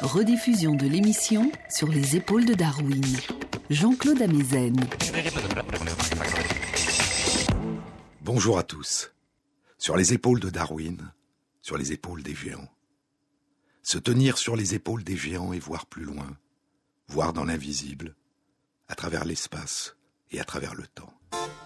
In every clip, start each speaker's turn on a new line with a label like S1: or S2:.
S1: Rediffusion de l'émission Sur les épaules de Darwin. Jean-Claude Amezen.
S2: Bonjour à tous. Sur les épaules de Darwin, sur les épaules des géants. Se tenir sur les épaules des géants et voir plus loin, voir dans l'invisible, à travers l'espace et à travers le temps.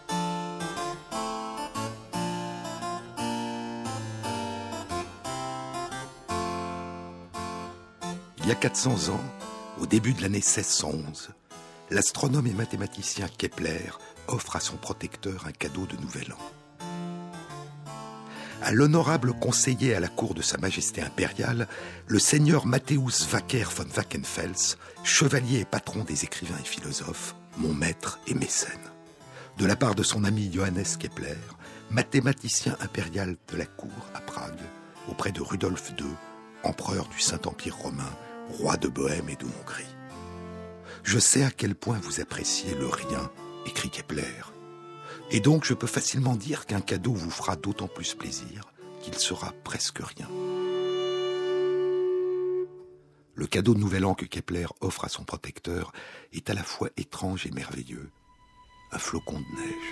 S2: Il y a 400 ans, au début de l'année 1611, l'astronome et mathématicien Kepler offre à son protecteur un cadeau de Nouvel An. À l'honorable conseiller à la cour de Sa Majesté impériale, le seigneur Matthäus Wacker von Wackenfels, chevalier et patron des écrivains et philosophes, mon maître et mécène. De la part de son ami Johannes Kepler, mathématicien impérial de la cour à Prague, auprès de Rudolf II, empereur du Saint-Empire romain, roi de Bohême et de Hongrie. Je sais à quel point vous appréciez le rien, écrit Kepler. Et donc je peux facilement dire qu'un cadeau vous fera d'autant plus plaisir qu'il sera presque rien. Le cadeau de Nouvel An que Kepler offre à son protecteur est à la fois étrange et merveilleux. Un flocon de neige.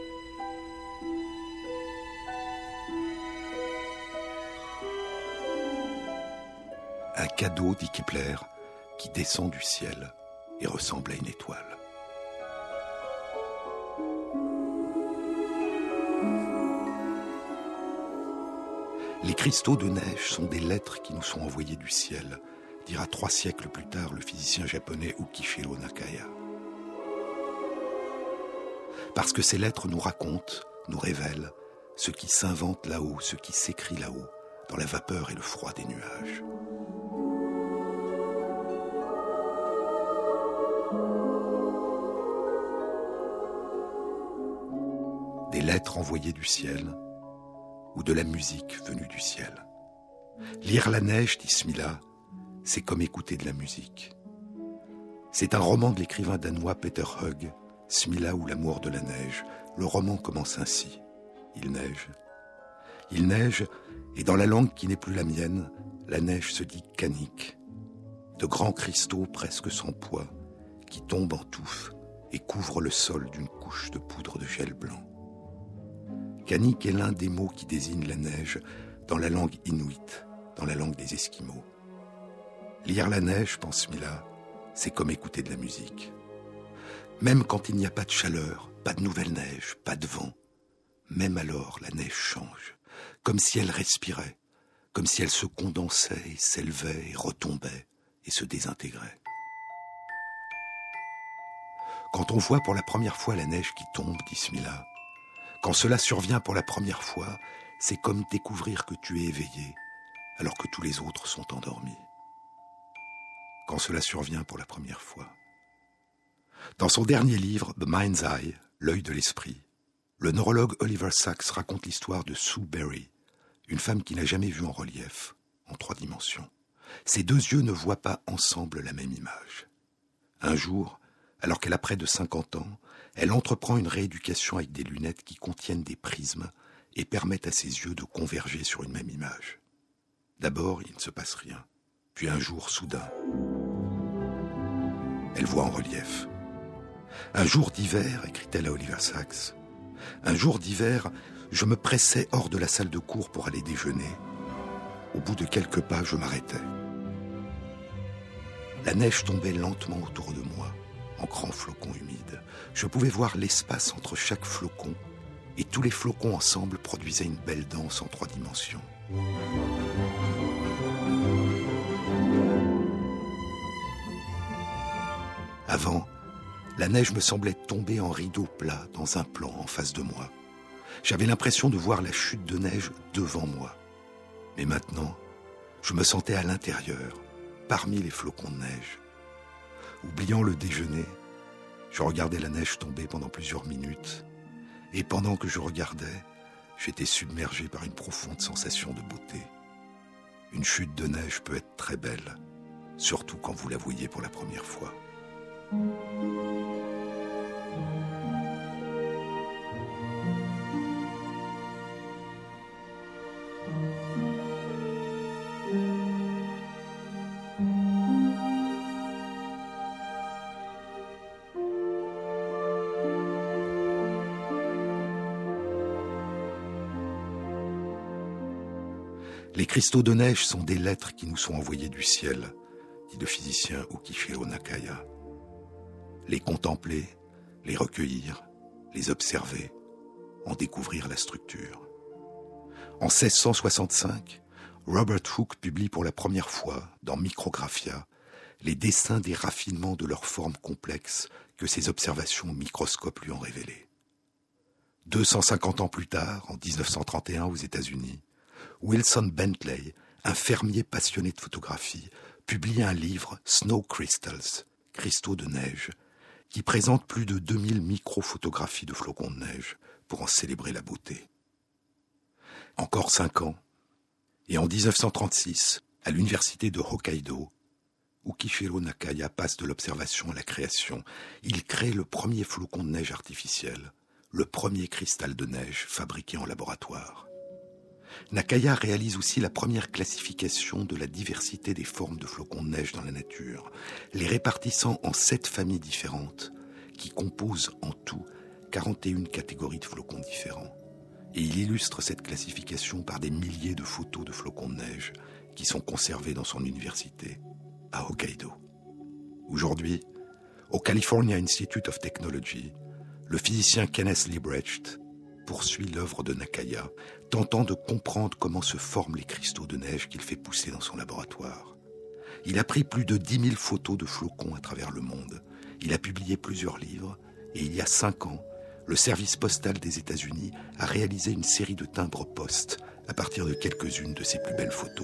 S2: Un cadeau, dit Kepler, qui descend du ciel et ressemble à une étoile. Les cristaux de neige sont des lettres qui nous sont envoyées du ciel, dira 3 siècles plus tard le physicien japonais Ukishiro Nakaya. Parce que ces lettres nous racontent, nous révèlent ce qui s'invente là-haut, ce qui s'écrit là-haut, dans la vapeur et le froid des nuages. Des lettres envoyées du ciel ou de la musique venue du ciel. Lire la neige, dit Smilla, c'est comme écouter de la musique. C'est un roman de l'écrivain danois Peter Hug, Smilla ou l'amour de la neige. Le roman commence ainsi. Il neige. Il neige, et dans la langue qui n'est plus la mienne, la neige se dit canik. De grands cristaux presque sans poids, qui tombent en touffes et couvrent le sol d'une couche de poudre de gel blanc. Canik est l'un des mots qui désignent la neige dans la langue inuite, dans la langue des Esquimaux. Lire la neige, pense Smilla, c'est comme écouter de la musique. Même quand il n'y a pas de chaleur, pas de nouvelle neige, pas de vent, même alors la neige change, comme si elle respirait, comme si elle se condensait et s'élevait et retombait et se désintégrait. Quand on voit pour la première fois la neige qui tombe, dit Smilla, quand cela survient pour la première fois, c'est comme découvrir que tu es éveillé, alors que tous les autres sont endormis. Quand cela survient pour la première fois. Dans son dernier livre, The Mind's Eye, L'œil de l'esprit, le neurologue Oliver Sacks raconte l'histoire de Sue Berry, une femme qui n'a jamais vu en relief, en 3 dimensions. Ses 2 yeux ne voient pas ensemble la même image. Un jour, alors qu'elle a près de 50 ans, elle entreprend une rééducation avec des lunettes qui contiennent des prismes et permettent à ses yeux de converger sur une même image. D'abord, il ne se passe rien. Puis un jour, soudain, elle voit en relief. Un jour d'hiver, écrit-elle à Oliver Sacks, un jour d'hiver, je me pressais hors de la salle de cours pour aller déjeuner. Au bout de quelques pas, je m'arrêtais. La neige tombait lentement autour de moi, en grands flocons humides. Je pouvais voir l'espace entre chaque flocon, et tous les flocons ensemble produisaient une belle danse en 3 dimensions. Avant, la neige me semblait tomber en rideau plat dans un plan en face de moi. J'avais l'impression de voir la chute de neige devant moi. Mais maintenant, je me sentais à l'intérieur, parmi les flocons de neige. Oubliant le déjeuner, je regardais la neige tomber pendant plusieurs minutes, et pendant que je regardais, j'étais submergé par une profonde sensation de beauté. Une chute de neige peut être très belle, surtout quand vous la voyez pour la première fois. Les cristaux de neige sont des lettres qui nous sont envoyées du ciel, dit le physicien Ukishiro Nakaya. Les contempler, les recueillir, les observer, en découvrir la structure. En 1665, Robert Hooke publie pour la première fois, dans Micrographia, les dessins des raffinements de leurs formes complexes que ses observations au microscope lui ont révélés. 250 ans plus tard, en 1931 aux États-Unis, Wilson Bentley, un fermier passionné de photographie, publie un livre, Snow Crystals, cristaux de neige, qui présente plus de 2000 micro-photographies de flocons de neige pour en célébrer la beauté. Encore 5 ans, et en 1936, à l'université de Hokkaido, Ukishiro Nakaya passe de l'observation à la création. Il crée le premier flocon de neige artificiel, le premier cristal de neige fabriqué en laboratoire. Nakaya réalise aussi la première classification de la diversité des formes de flocons de neige dans la nature, les répartissant en 7 familles différentes, qui composent en tout 41 catégories de flocons différents. Et il illustre cette classification par des milliers de photos de flocons de neige qui sont conservées dans son université, à Hokkaido. Aujourd'hui, au California Institute of Technology, le physicien Kenneth Liebrecht poursuit l'œuvre de Nakaya, tentant de comprendre comment se forment les cristaux de neige qu'il fait pousser dans son laboratoire. Il a pris plus de 10 000 photos de flocons à travers le monde. Il a publié plusieurs livres et il y a 5 ans, le service postal des États-Unis a réalisé une série de timbres poste à partir de quelques-unes de ses plus belles photos.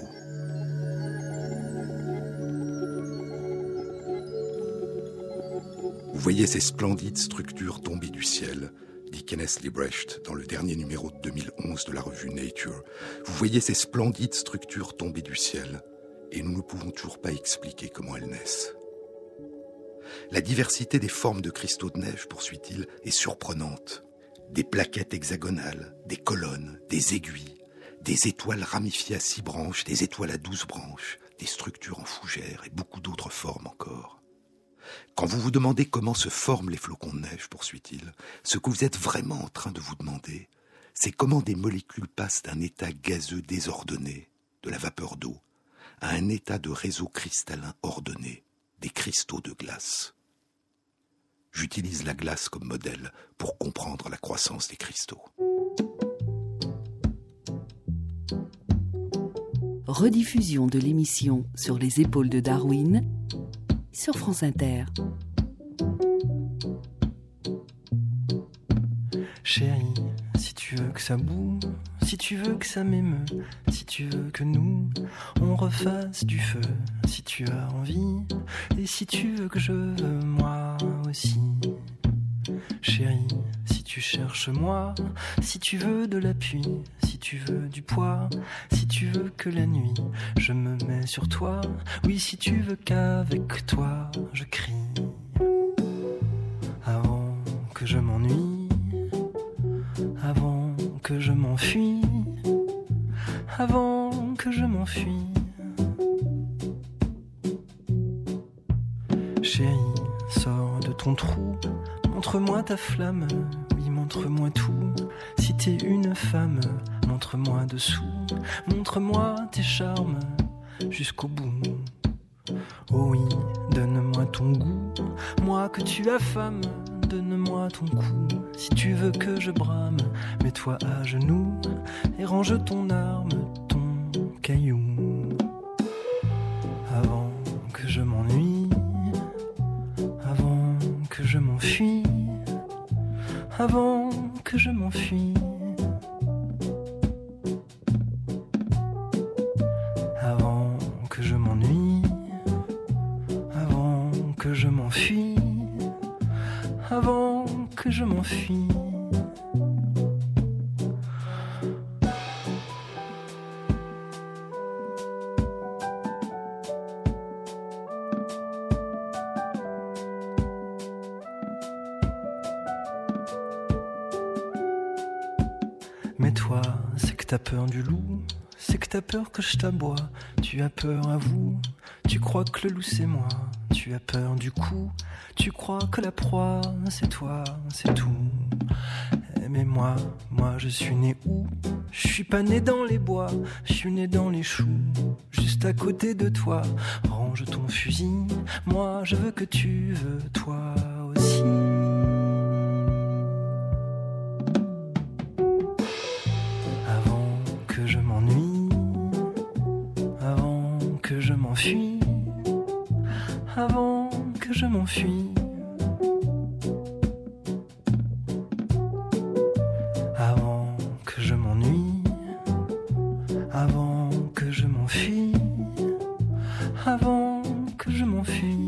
S2: Vous voyez ces splendides structures tombées du ciel, dit Kenneth Liebrecht dans le dernier numéro de 2011 de la revue Nature. Vous voyez ces splendides structures tombées du ciel, et nous ne pouvons toujours pas expliquer comment elles naissent. La diversité des formes de cristaux de neige, poursuit-il, est surprenante. Des plaquettes hexagonales, des colonnes, des aiguilles, des étoiles ramifiées à 6 branches, des étoiles à 12 branches, des structures en fougères et beaucoup d'autres formes encore. Quand vous vous demandez comment se forment les flocons de neige, poursuit-il, ce que vous êtes vraiment en train de vous demander, c'est comment des molécules passent d'un état gazeux désordonné, de la vapeur d'eau, à un état de réseau cristallin ordonné, des cristaux de glace. J'utilise la glace comme modèle pour comprendre la croissance des cristaux.
S1: Rediffusion de l'émission Sur les épaules de Darwin sur France Inter.
S3: Chérie, si tu veux que ça boue, si tu veux que ça m'émeut, si tu veux que nous, on refasse du feu, si tu as envie, et si tu veux que je veux moi aussi. Chérie, si tu cherches moi, si tu veux de l'appui, si tu veux du poids, si tu veux que la nuit, je me mets sur toi, oui, si tu veux qu'avec toi, je crie. Avant que je m'ennuie, avant que je m'enfuis, avant que je m'enfuis. Chérie, sors de ton trou, montre-moi ta flamme, oui, montre-moi tout. Si t'es une femme, montre-moi dessous, montre-moi tes charmes jusqu'au bout. Oh oui, donne-moi ton goût, moi que tu affames, donne-moi ton cou. Si tu veux que je brame, mets-toi à genoux et range ton arme, ton caillou. Avant que je m'ennuie, avant que je m'enfuis, avant que je m'enfuis. Avant que je m'ennuie, avant que je m'enfuis, avant que je m'enfuis. Mais toi, c'est que t'as peur du loup, c'est que t'as peur que je t'aboie, tu as peur à vous, tu crois que le loup c'est moi, tu as peur du coup, tu crois que la proie c'est toi, c'est tout. Mais moi je suis né où? Je suis pas né dans les bois, je suis né dans les choux, juste à côté de toi. Range ton fusil, moi je veux que tu veux, toi aussi. Avant que je m'ennuie, avant que je m'enfuis, avant que je m'enfuis. Avant que je m'ennuie, avant que je m'enfuis, avant que je m'enfuis.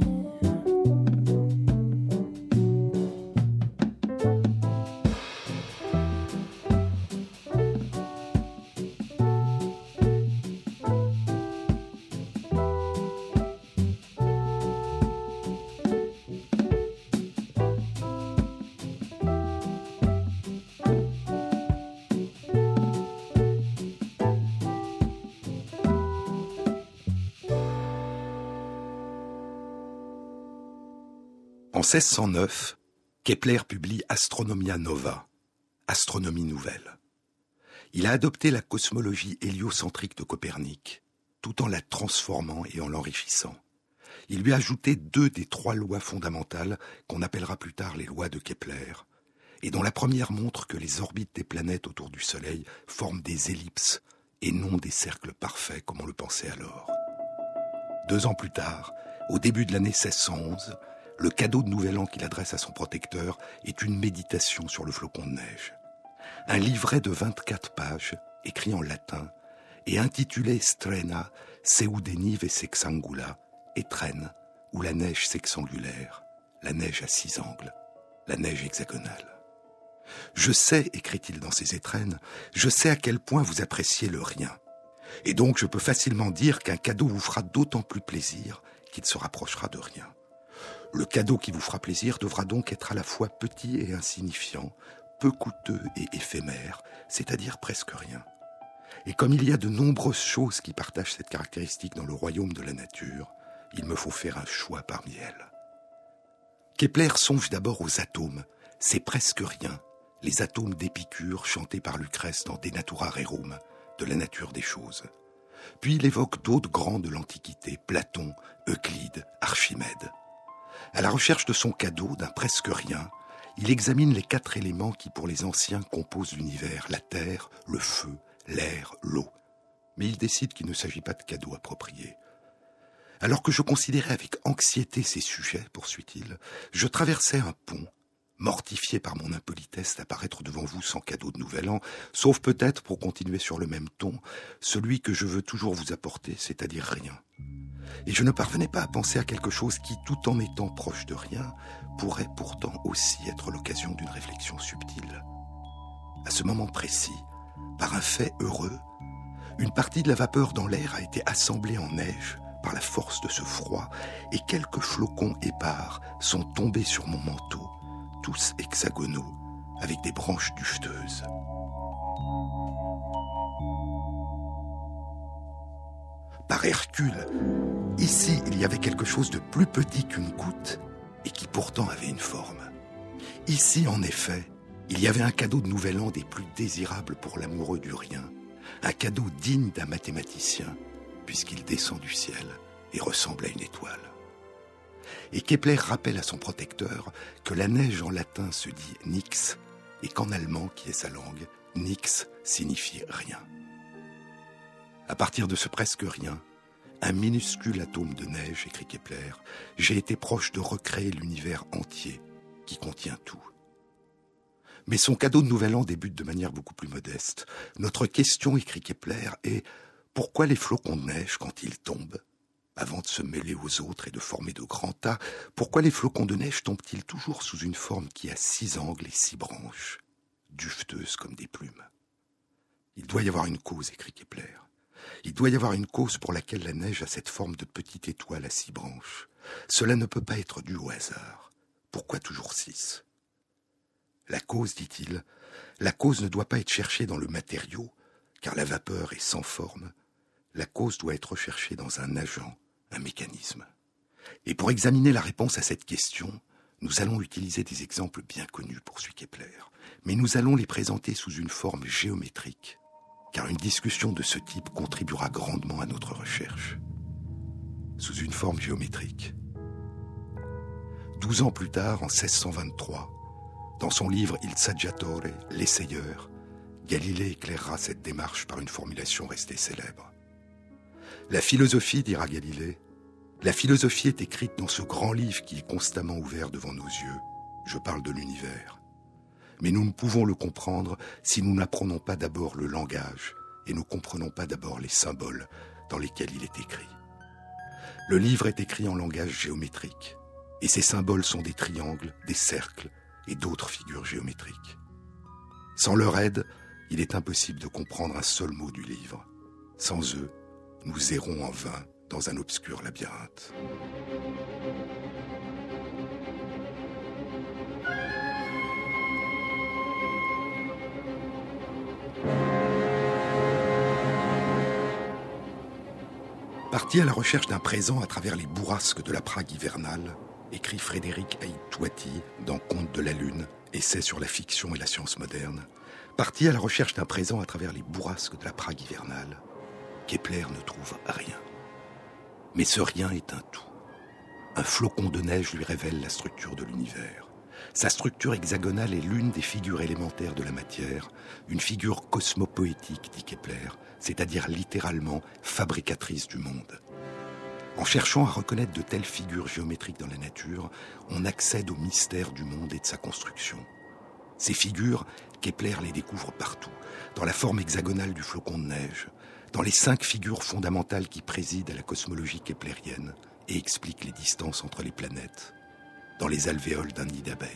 S2: En 1609, Kepler publie Astronomia Nova, Astronomie nouvelle. Il a adopté la cosmologie héliocentrique de Copernic, tout en la transformant et en l'enrichissant. Il lui a ajouté 2 des 3 lois fondamentales qu'on appellera plus tard les lois de Kepler, et dont la première montre que les orbites des planètes autour du Soleil forment des ellipses et non des cercles parfaits comme on le pensait alors. 2 ans plus tard, au début de l'année 1611, le cadeau de Nouvel An qu'il adresse à son protecteur est une méditation sur le flocon de neige. Un livret de 24 pages, écrit en latin, et intitulé Strena, Seudenive Sexangula, étrenne, ou la neige sexangulaire, la neige à 6 angles, la neige hexagonale. Je sais, écrit-il dans ses étrennes, je sais à quel point vous appréciez le rien. Et donc je peux facilement dire qu'un cadeau vous fera d'autant plus plaisir qu'il se rapprochera de rien. Le cadeau qui vous fera plaisir devra donc être à la fois petit et insignifiant, peu coûteux et éphémère, c'est-à-dire presque rien. Et comme il y a de nombreuses choses qui partagent cette caractéristique dans le royaume de la nature, il me faut faire un choix parmi elles. Kepler songe d'abord aux atomes, c'est presque rien, les atomes d'Épicure chantés par Lucrèce dans De Natura Rerum, de la nature des choses. Puis il évoque d'autres grands de l'Antiquité, Platon, Euclide, Archimède. À la recherche de son cadeau, d'un presque rien, il examine les 4 éléments qui, pour les anciens, composent l'univers, la terre, le feu, l'air, l'eau. Mais il décide qu'il ne s'agit pas de cadeaux appropriés. Alors que je considérais avec anxiété ces sujets, poursuit-il, je traversais un pont, mortifié par mon impolitesse d'apparaître devant vous sans cadeau de Nouvel An, sauf peut-être, pour continuer sur le même ton, celui que je veux toujours vous apporter, c'est-à-dire rien. Et je ne parvenais pas à penser à quelque chose qui, tout en étant proche de rien, pourrait pourtant aussi être l'occasion d'une réflexion subtile. À ce moment précis, par un fait heureux, une partie de la vapeur dans l'air a été assemblée en neige par la force de ce froid, et quelques flocons épars sont tombés sur mon manteau, tous hexagonaux, avec des branches dufteuses. Par Hercule, ici il y avait quelque chose de plus petit qu'une goutte et qui pourtant avait une forme. Ici, en effet, il y avait un cadeau de Nouvel An des plus désirables pour l'amoureux du rien, un cadeau digne d'un mathématicien, puisqu'il descend du ciel et ressemble à une étoile. Et Kepler rappelle à son protecteur que la neige en latin se dit nix, et qu'en allemand, qui est sa langue, nix signifie rien. À partir de ce presque rien, un minuscule atome de neige, écrit Kepler, j'ai été proche de recréer l'univers entier qui contient tout. Mais son cadeau de Nouvel An débute de manière beaucoup plus modeste. Notre question, écrit Kepler, est pourquoi les flocons de neige, quand ils tombent, avant de se mêler aux autres et de former de grands tas, pourquoi les flocons de neige tombent-ils toujours sous une forme qui a 6 angles et 6 branches, dufteuses comme des plumes? Il doit y avoir une cause, écrit Kepler. Il doit y avoir une cause pour laquelle la neige a cette forme de petite étoile à 6 branches. Cela ne peut pas être dû au hasard. Pourquoi toujours 6? La cause, dit-il, la cause ne doit pas être cherchée dans le matériau, car la vapeur est sans forme. La cause doit être recherchée dans un agent, un mécanisme. Et pour examiner la réponse à cette question, Nous allons utiliser des exemples bien connus, poursuit Kepler, mais nous allons les présenter sous une forme géométrique, car une discussion de ce type contribuera grandement à notre recherche. Sous une forme géométrique. 12 ans plus tard, en 1623, dans son livre Il Saggiatore, l'essayeur, Galilée éclairera cette démarche par une formulation restée célèbre. La philosophie, dira Galilée, la philosophie est écrite dans ce grand livre qui est constamment ouvert devant nos yeux. Je parle de l'univers. Mais nous ne pouvons le comprendre si nous n'apprenons pas d'abord le langage et ne comprenons pas d'abord les symboles dans lesquels il est écrit. Le livre est écrit en langage géométrique, et ces symboles sont des triangles, des cercles et d'autres figures géométriques. Sans leur aide, il est impossible de comprendre un seul mot du livre. Sans eux, nous errons en vain dans un obscur labyrinthe. Parti à la recherche d'un présent à travers les bourrasques de la Prague hivernale, écrit Frédéric Aït-Touati dans Contes de la Lune, essai sur la fiction et la science moderne, parti à la recherche d'un présent à travers les bourrasques de la Prague hivernale, Kepler ne trouve rien. Mais ce rien est un tout. Un flocon de neige lui révèle la structure de l'univers. Sa structure hexagonale est l'une des figures élémentaires de la matière, une figure cosmopoétique, dit Kepler, c'est-à-dire littéralement fabricatrice du monde. En cherchant à reconnaître de telles figures géométriques dans la nature, on accède au mystère du monde et de sa construction. Ces figures, Kepler les découvre partout, dans la forme hexagonale du flocon de neige, dans les 5 figures fondamentales qui président à la cosmologie keplérienne et expliquent les distances entre les planètes, dans les alvéoles d'un nid d'abeilles.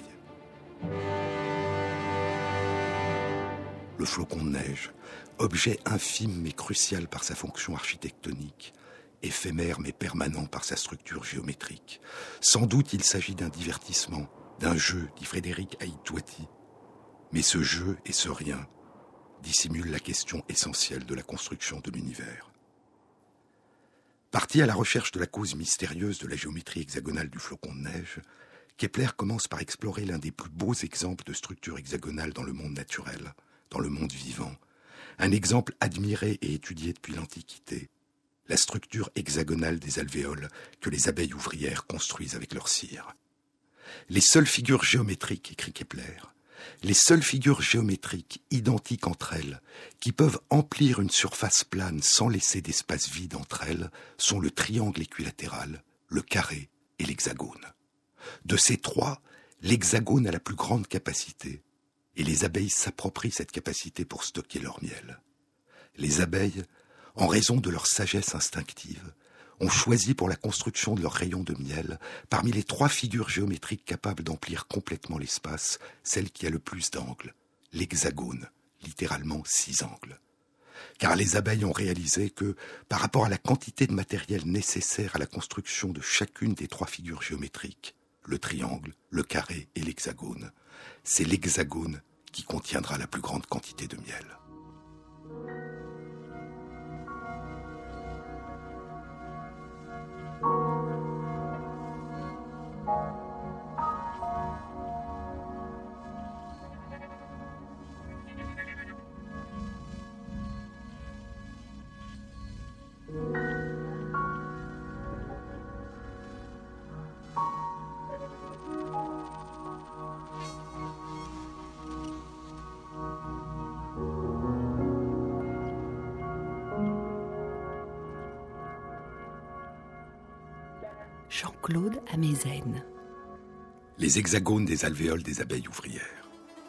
S2: Le flocon de neige, objet infime mais crucial par sa fonction architectonique, éphémère mais permanent par sa structure géométrique. Sans doute il s'agit d'un divertissement, d'un jeu, dit Frédéric Aït-Touati. Mais ce jeu et ce rien dissimulent la question essentielle de la construction de l'univers. Parti à la recherche de la cause mystérieuse de la géométrie hexagonale du flocon de neige, Kepler commence par explorer l'un des plus beaux exemples de structure hexagonale dans le monde naturel, dans le monde vivant, un exemple admiré et étudié depuis l'Antiquité, la structure hexagonale des alvéoles que les abeilles ouvrières construisent avec leur cire. Les seules figures géométriques, écrit Kepler, les seules figures géométriques identiques entre elles, qui peuvent emplir une surface plane sans laisser d'espace vide entre elles, sont le triangle équilatéral, le carré et l'hexagone. De ces trois, l'hexagone a la plus grande capacité, et les abeilles s'approprient cette capacité pour stocker leur miel. Les abeilles, en raison de leur sagesse instinctive, ont choisi pour la construction de leurs rayons de miel, parmi les 3 figures géométriques capables d'emplir complètement l'espace, celle qui a le plus d'angles, l'hexagone, littéralement 6 angles. Car les abeilles ont réalisé que, par rapport à la quantité de matériel nécessaire à la construction de chacune des 3 figures géométriques, le triangle, le carré et l'hexagone, c'est l'hexagone qui contiendra la plus grande quantité de miel.
S1: Jean-Claude Amezen.
S2: Les hexagones des alvéoles des abeilles ouvrières.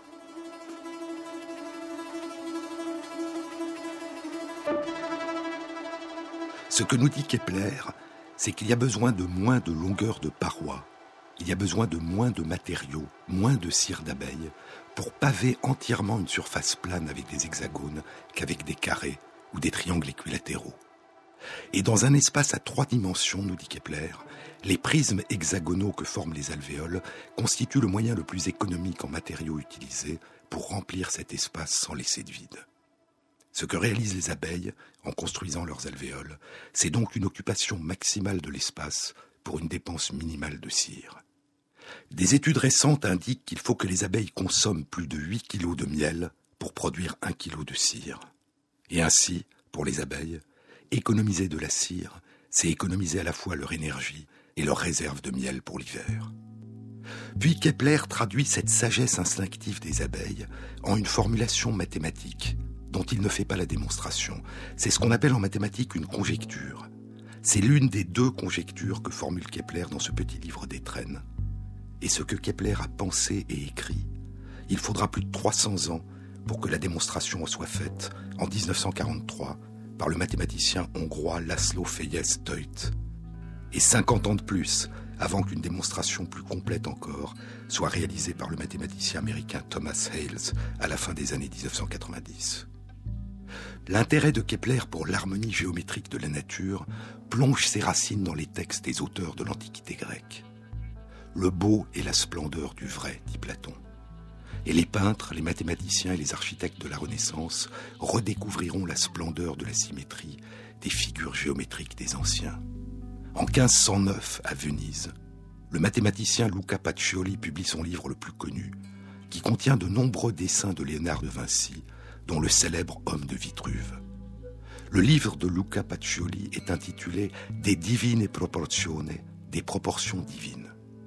S2: Ce que nous dit Kepler, c'est qu'il y a besoin de moins de longueur de parois, il y a besoin de moins de matériaux, moins de cire d'abeille, pour paver entièrement une surface plane avec des hexagones qu'avec des carrés ou des triangles équilatéraux. Et dans un espace à 3 dimensions, nous dit Kepler, les prismes hexagonaux que forment les alvéoles constituent le moyen le plus économique en matériaux utilisés pour remplir cet espace sans laisser de vide. Ce que réalisent les abeilles en construisant leurs alvéoles, c'est donc une occupation maximale de l'espace pour une dépense minimale de cire. Des études récentes indiquent qu'il faut que les abeilles consomment plus de 8 kilos de miel pour produire 1 kilo de cire. Et ainsi, pour les abeilles, économiser de la cire, c'est économiser à la fois leur énergie et leur réserve de miel pour l'hiver. Puis Kepler traduit cette sagesse instinctive des abeilles en une formulation mathématique dont il ne fait pas la démonstration. C'est ce qu'on appelle en mathématiques une conjecture. C'est l'une des 2 conjectures que formule Kepler dans ce petit livre d'étrennes. Et ce que Kepler a pensé et écrit, il faudra plus de 300 ans pour que la démonstration soit faite en 1943 par le mathématicien hongrois László Fejes-Tojt, et 50 ans de plus avant qu'une démonstration plus complète encore soit réalisée par le mathématicien américain Thomas Hales à la fin des années 1990. L'intérêt de Kepler pour l'harmonie géométrique de la nature plonge ses racines dans les textes des auteurs de l'Antiquité grecque. Le beau est la splendeur du vrai, dit Platon. Et les peintres, les mathématiciens et les architectes de la Renaissance redécouvriront la splendeur de la symétrie des figures géométriques des anciens. En 1509, à Venise, le mathématicien Luca Pacioli publie son livre le plus connu, qui contient de nombreux dessins de Léonard de Vinci, dont le célèbre Homme de Vitruve. Le livre de Luca Pacioli est intitulé « De divine proportione », des proportions divines.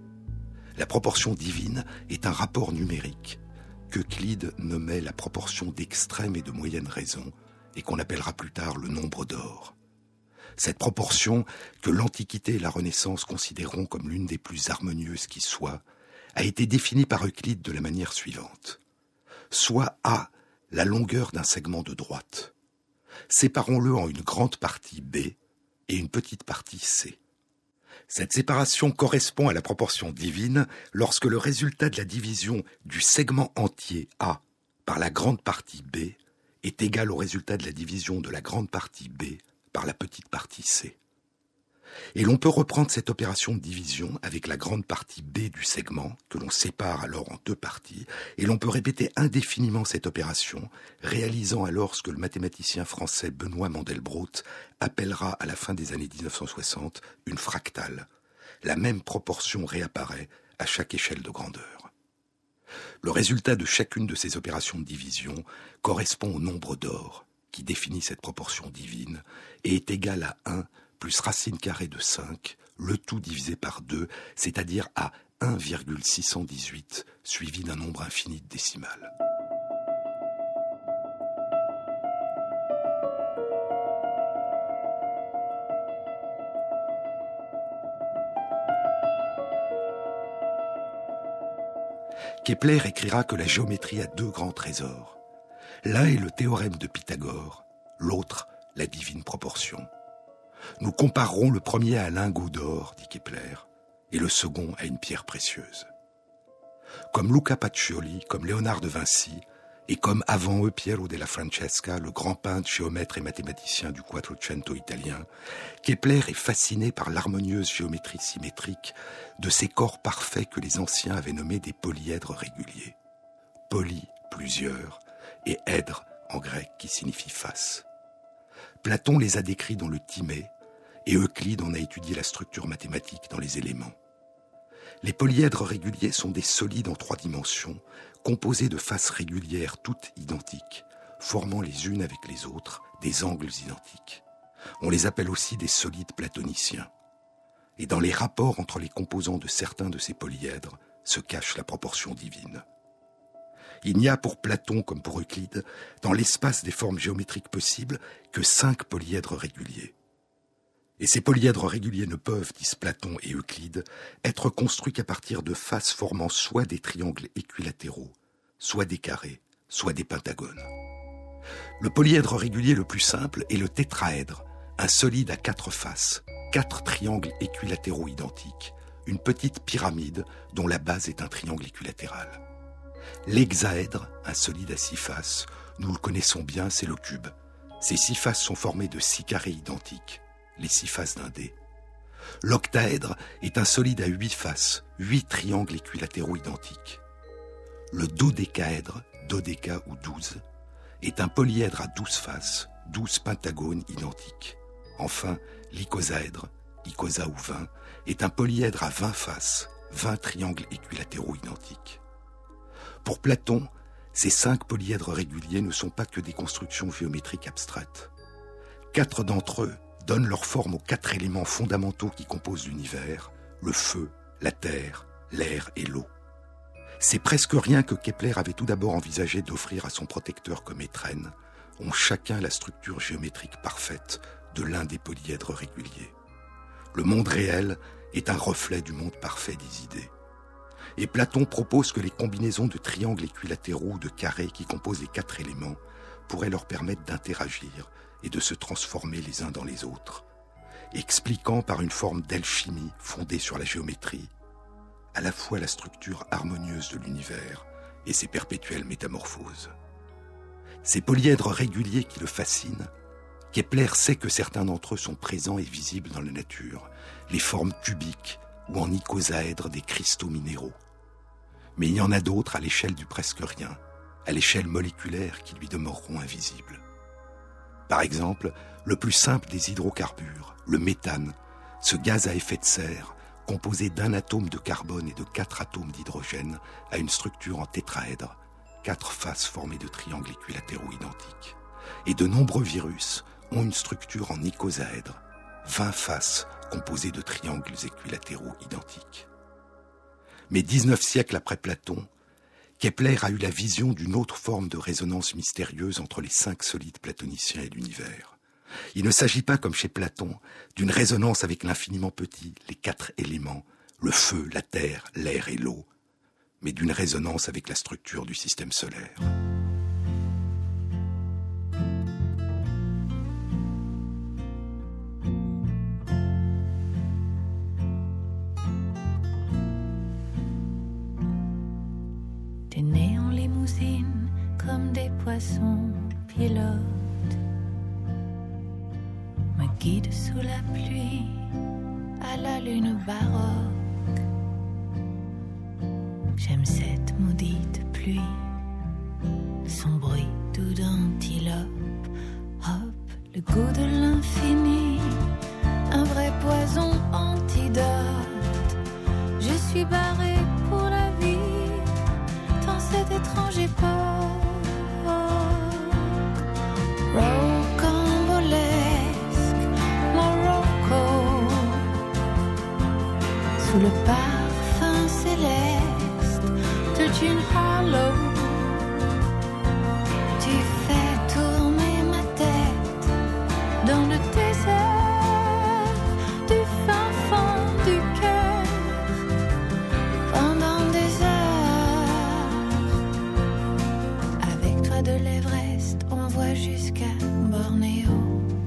S2: La proportion divine est un rapport numérique qu'Euclide nommait la proportion d'extrême et de moyenne raison et qu'on appellera plus tard le nombre d'or. Cette proportion, que l'Antiquité et la Renaissance considéreront comme l'une des plus harmonieuses qui soit, a été définie par Euclide de la manière suivante. Soit A, la longueur d'un segment de droite. Séparons-le en une grande partie B et une petite partie C. Cette séparation correspond à la proportion divine lorsque le résultat de la division du segment entier A par la grande partie B est égal au résultat de la division de la grande partie B par la petite partie C. Et l'on peut reprendre cette opération de division avec la grande partie B du segment, que l'on sépare alors en 2 parties, et l'on peut répéter indéfiniment cette opération, réalisant alors ce que le mathématicien français Benoît Mandelbrot appellera à la fin des années 1960 une fractale. La même proportion réapparaît à chaque échelle de grandeur. Le résultat de chacune de ces opérations de division correspond au nombre d'or, qui définit cette proportion divine, et est égal à 1 plus racine carrée de 5, le tout divisé par 2, c'est-à-dire à 1,618, suivi d'un nombre infini de décimales. Kepler écrira que la géométrie a 2 grands trésors. L'un est le théorème de Pythagore, l'autre, la divine proportion. Nous comparerons le premier à un lingot d'or, dit Kepler, et le second à une pierre précieuse. Comme Luca Pacioli, comme Léonard de Vinci, et comme avant eux Piero della Francesca, le grand peintre, géomètre et mathématicien du Quattrocento italien, Kepler est fasciné par l'harmonieuse géométrie symétrique de ces corps parfaits que les anciens avaient nommés des polyèdres réguliers. Poly, plusieurs, et èdre, en grec, qui signifie face. Platon les a décrits dans le Timée, et Euclide en a étudié la structure mathématique dans les éléments. Les polyèdres réguliers sont des solides en 3 dimensions, composés de faces régulières toutes identiques, formant les unes avec les autres des angles identiques. On les appelle aussi des solides platoniciens. Et dans les rapports entre les composants de certains de ces polyèdres se cache la proportion divine. Il n'y a pour Platon comme pour Euclide, dans l'espace des formes géométriques possibles, que 5 polyèdres réguliers. Et ces polyèdres réguliers ne peuvent, disent Platon et Euclide, être construits qu'à partir de faces formant soit des triangles équilatéraux, soit des carrés, soit des pentagones. Le polyèdre régulier le plus simple est le tétraèdre, un solide à 4 faces, 4 triangles équilatéraux identiques, une petite pyramide dont la base est un triangle équilatéral. L'hexaèdre, un solide à 6 faces, nous le connaissons bien, c'est le cube. Ces 6 faces sont formées de 6 carrés identiques, les 6 faces d'un dé. L'octaèdre est un solide à 8 faces, 8 triangles équilatéraux identiques. Le dodécaèdre, dodéca ou 12, est un polyèdre à 12 faces, 12 pentagones identiques. Enfin, l'icosaèdre, icosa ou 20, est un polyèdre à 20 faces, 20 triangles équilatéraux identiques. Pour Platon, ces 5 polyèdres réguliers ne sont pas que des constructions géométriques abstraites. 4 d'entre eux donnent leur forme aux 4 éléments fondamentaux qui composent l'univers, le feu, la terre, l'air et l'eau. C'est presque rien que Kepler avait tout d'abord envisagé d'offrir à son protecteur comme étrenne, ont chacun la structure géométrique parfaite de l'un des polyèdres réguliers. Le monde réel est un reflet du monde parfait des idées. Et Platon propose que les combinaisons de triangles équilatéraux ou de carrés qui composent les 4 éléments pourraient leur permettre d'interagir et de se transformer les uns dans les autres, expliquant par une forme d'alchimie fondée sur la géométrie à la fois la structure harmonieuse de l'univers et ses perpétuelles métamorphoses. Ces polyèdres réguliers qui le fascinent, Kepler sait que certains d'entre eux sont présents et visibles dans la nature, les formes cubiques ou en icosaèdre des cristaux minéraux. Mais il y en a d'autres à l'échelle du presque rien, à l'échelle moléculaire qui lui demeureront invisibles. Par exemple, le plus simple des hydrocarbures, le méthane, ce gaz à effet de serre, composé d'un atome de carbone et de 4 atomes d'hydrogène, a une structure en tétraèdre, 4 faces formées de triangles équilatéraux identiques. Et de nombreux virus ont une structure en icosaèdre, 20 faces composées de triangles équilatéraux identiques. Mais 19 siècles après Platon, Kepler a eu la vision d'une autre forme de résonance mystérieuse entre les 5 solides platoniciens et l'univers. Il ne s'agit pas, comme chez Platon, d'une résonance avec l'infiniment petit, les 4 éléments, le feu, la terre, l'air et l'eau, mais d'une résonance avec la structure du système solaire.
S4: Des nés en limousine comme des poissons pilotes me guide sous la pluie à la lune baroque. J'aime cette maudite pluie, son bruit doux d'antilope. Hop, le goût de l'infini, un vrai poison antidote. Je suis barré pour la vie dans cette étrange époque. Sous le parfum céleste de June Harlow, tu fais tourner ma tête dans le désert du fin fond du cœur pendant des heures. Avec toi de l'Everest, on voit jusqu'à Bornéo,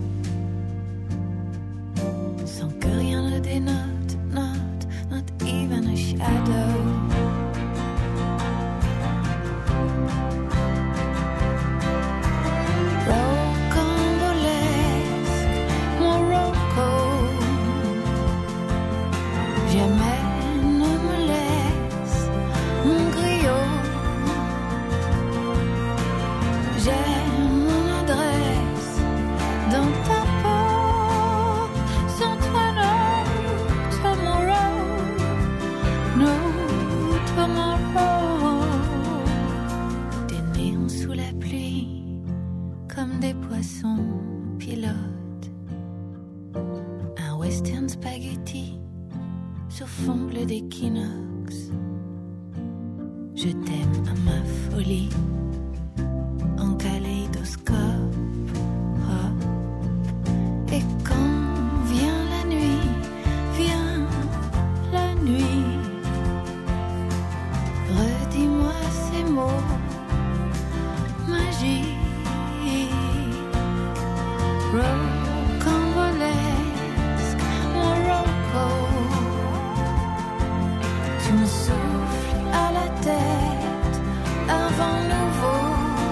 S4: sans que rien ne dénote. Not even a shadow. Rocambolesque, Morocco. Jamais ne me laisse mon griot. J'ai mon adresse dans ta peau. Sans toi, no tomorrow. No tomorrow. Des néons sous la pluie, comme des poissons pilotes. Un western spaghetti sur fond bleu d'équinoxe. Je t'aime à ma folie, en kaléidoscope. Hop. Et quand vient la nuit, vient la nuit. Redis-moi ces mots magiques. Rocambolesque, Morocco. Tu me souffles à la tête un vent nouveau.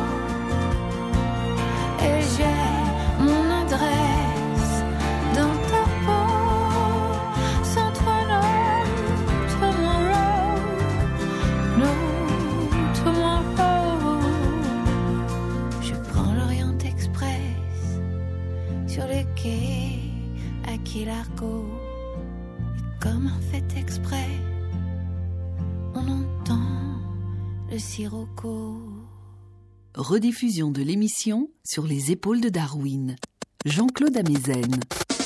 S4: Et j'ai mon adresse dans ta peau. Sans toi, no tomorrow. No tomorrow. Je prends l'Orient Express sur le quai à Key Largo. Et comme un fait exprès, on entend le sirocco.
S1: Rediffusion de l'émission Sur les épaules de Darwin. Jean-Claude Amezen.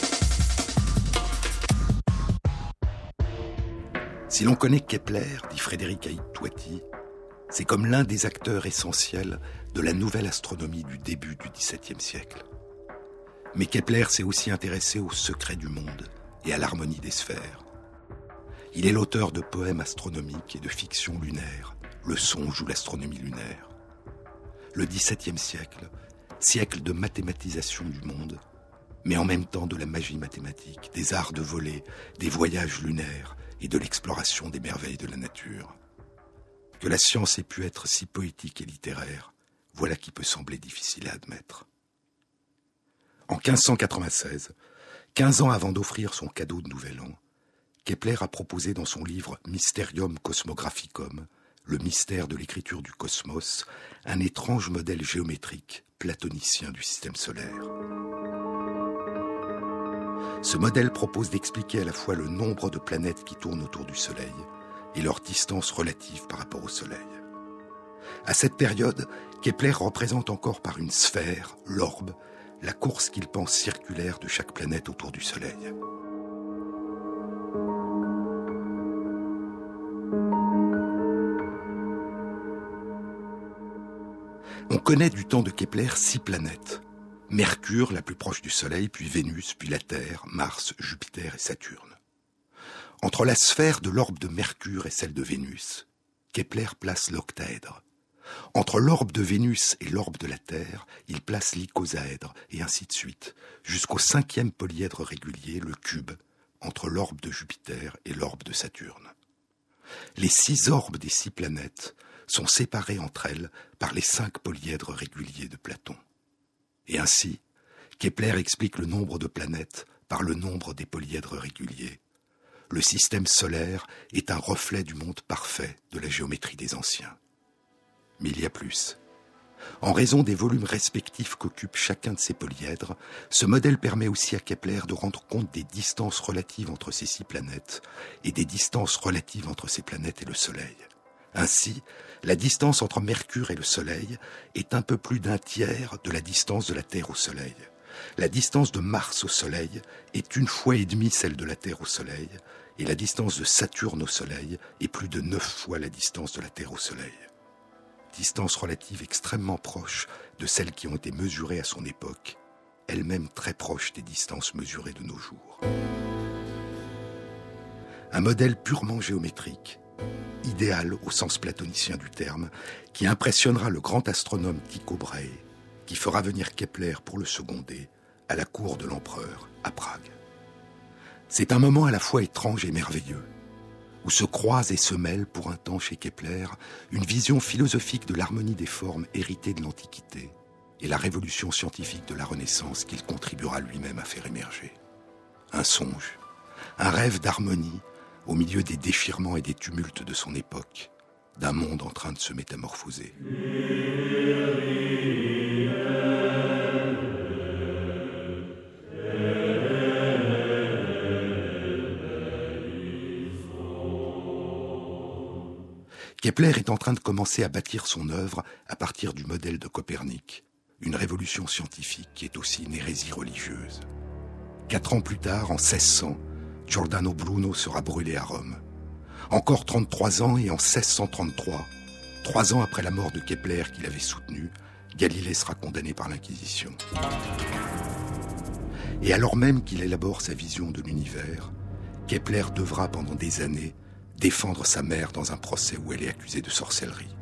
S2: Si l'on connaît Kepler, dit Frédéric Haït-Touati, c'est comme l'un des acteurs essentiels de la nouvelle astronomie du début du XVIIe siècle. Mais Kepler s'est aussi intéressé aux secrets du monde et à l'harmonie des sphères. Il est l'auteur de poèmes astronomiques et de fictions lunaires, le songe ou l'astronomie lunaire. Le XVIIe siècle, siècle de mathématisation du monde, mais en même temps de la magie mathématique, des arts de volée, des voyages lunaires et de l'exploration des merveilles de la nature. Que la science ait pu être si poétique et littéraire, voilà qui peut sembler difficile à admettre. En 1596, 15 ans avant d'offrir son cadeau de Nouvel An, Kepler a proposé dans son livre Mysterium Cosmographicum, le mystère de l'écriture du cosmos, un étrange modèle géométrique platonicien du système solaire. Ce modèle propose d'expliquer à la fois le nombre de planètes qui tournent autour du Soleil et leur distance relative par rapport au Soleil. À cette période, Kepler représente encore par une sphère, l'orbe, la course qu'il pense circulaire de chaque planète autour du Soleil. On connaît du temps de Kepler 6 planètes. Mercure, la plus proche du Soleil, puis Vénus, puis la Terre, Mars, Jupiter et Saturne. Entre la sphère de l'orbe de Mercure et celle de Vénus, Kepler place l'octaèdre. Entre l'orbe de Vénus et l'orbe de la Terre, il place l'icosaèdre, et ainsi de suite, jusqu'au 5e polyèdre régulier, le cube, entre l'orbe de Jupiter et l'orbe de Saturne. Les 6 orbes des 6 planètes sont séparés entre elles par les 5 polyèdres réguliers de Platon. Et ainsi, Kepler explique le nombre de planètes par le nombre des polyèdres réguliers. Le système solaire est un reflet du monde parfait de la géométrie des anciens. Mais il y a plus. En raison des volumes respectifs qu'occupe chacun de ces polyèdres, ce modèle permet aussi à Kepler de rendre compte des distances relatives entre ces 6 planètes et des distances relatives entre ces planètes et le Soleil. Ainsi, la distance entre Mercure et le Soleil est un peu plus d'un tiers de la distance de la Terre au Soleil. La distance de Mars au Soleil est 1,5 fois celle de la Terre au Soleil, et la distance de Saturne au Soleil est plus de 9 fois la distance de la Terre au Soleil. Distance relative extrêmement proche de celles qui ont été mesurées à son époque, elle-même très proche des distances mesurées de nos jours. Un modèle purement géométrique, idéal au sens platonicien du terme, qui impressionnera le grand astronome Tycho Brahe, qui fera venir Kepler pour le seconder à la cour de l'empereur à Prague. C'est un moment à la fois étrange et merveilleux, où se croisent et se mêlent pour un temps chez Kepler une vision philosophique de l'harmonie des formes héritée de l'Antiquité et la révolution scientifique de la Renaissance qu'il contribuera lui-même à faire émerger. Un songe, un rêve d'harmonie au milieu des déchirements et des tumultes de son époque, d'un monde en train de se métamorphoser. Kepler est en train de commencer à bâtir son œuvre à partir du modèle de Copernic, une révolution scientifique qui est aussi une hérésie religieuse. 4 ans plus tard, en 1600, Giordano Bruno sera brûlé à Rome. Encore 33 ans et en 1633, 3 ans après la mort de Kepler qu'il avait soutenu, Galilée sera condamné par l'Inquisition. Et alors même qu'il élabore sa vision de l'univers, Kepler devra pendant des années défendre sa mère dans un procès où elle est accusée de sorcellerie.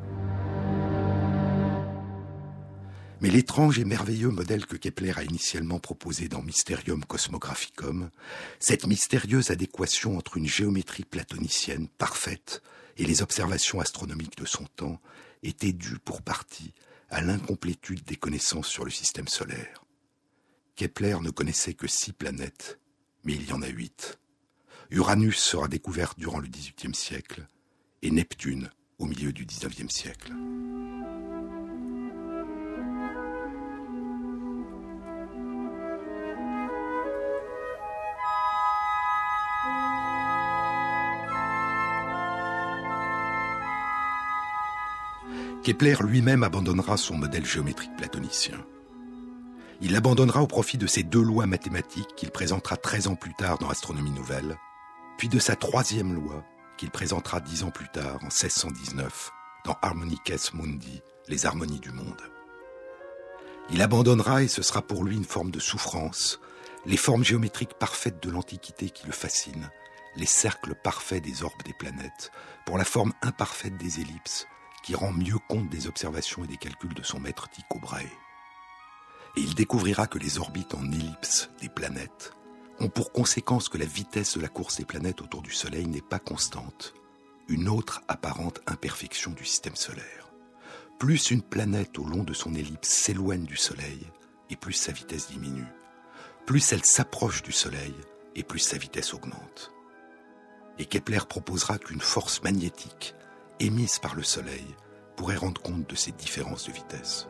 S2: Mais l'étrange et merveilleux modèle que Kepler a initialement proposé dans Mysterium Cosmographicum, cette mystérieuse adéquation entre une géométrie platonicienne parfaite et les observations astronomiques de son temps, était due pour partie à l'incomplétude des connaissances sur le système solaire. Kepler ne connaissait que 6 planètes, mais il y en a 8. Uranus sera découverte durant le XVIIIe siècle et Neptune au milieu du XIXe siècle. Kepler lui-même abandonnera son modèle géométrique platonicien. Il l'abandonnera au profit de ses 2 lois mathématiques qu'il présentera 13 ans plus tard dans Astronomie Nouvelle, puis de sa 3e loi qu'il présentera 10 ans plus tard, en 1619, dans Harmonices Mundi, les harmonies du monde. Il abandonnera, et ce sera pour lui une forme de souffrance, les formes géométriques parfaites de l'Antiquité qui le fascinent, les cercles parfaits des orbes des planètes, pour la forme imparfaite des ellipses, qui rend mieux compte des observations et des calculs de son maître Tycho Brahe. Et il découvrira que les orbites en ellipse des planètes ont pour conséquence que la vitesse de la course des planètes autour du Soleil n'est pas constante, une autre apparente imperfection du système solaire. Plus une planète au long de son ellipse s'éloigne du Soleil, et plus sa vitesse diminue. Plus elle s'approche du Soleil, et plus sa vitesse augmente. Et Kepler proposera qu'une force magnétique émise par le Soleil pourrait rendre compte de ces différences de vitesse.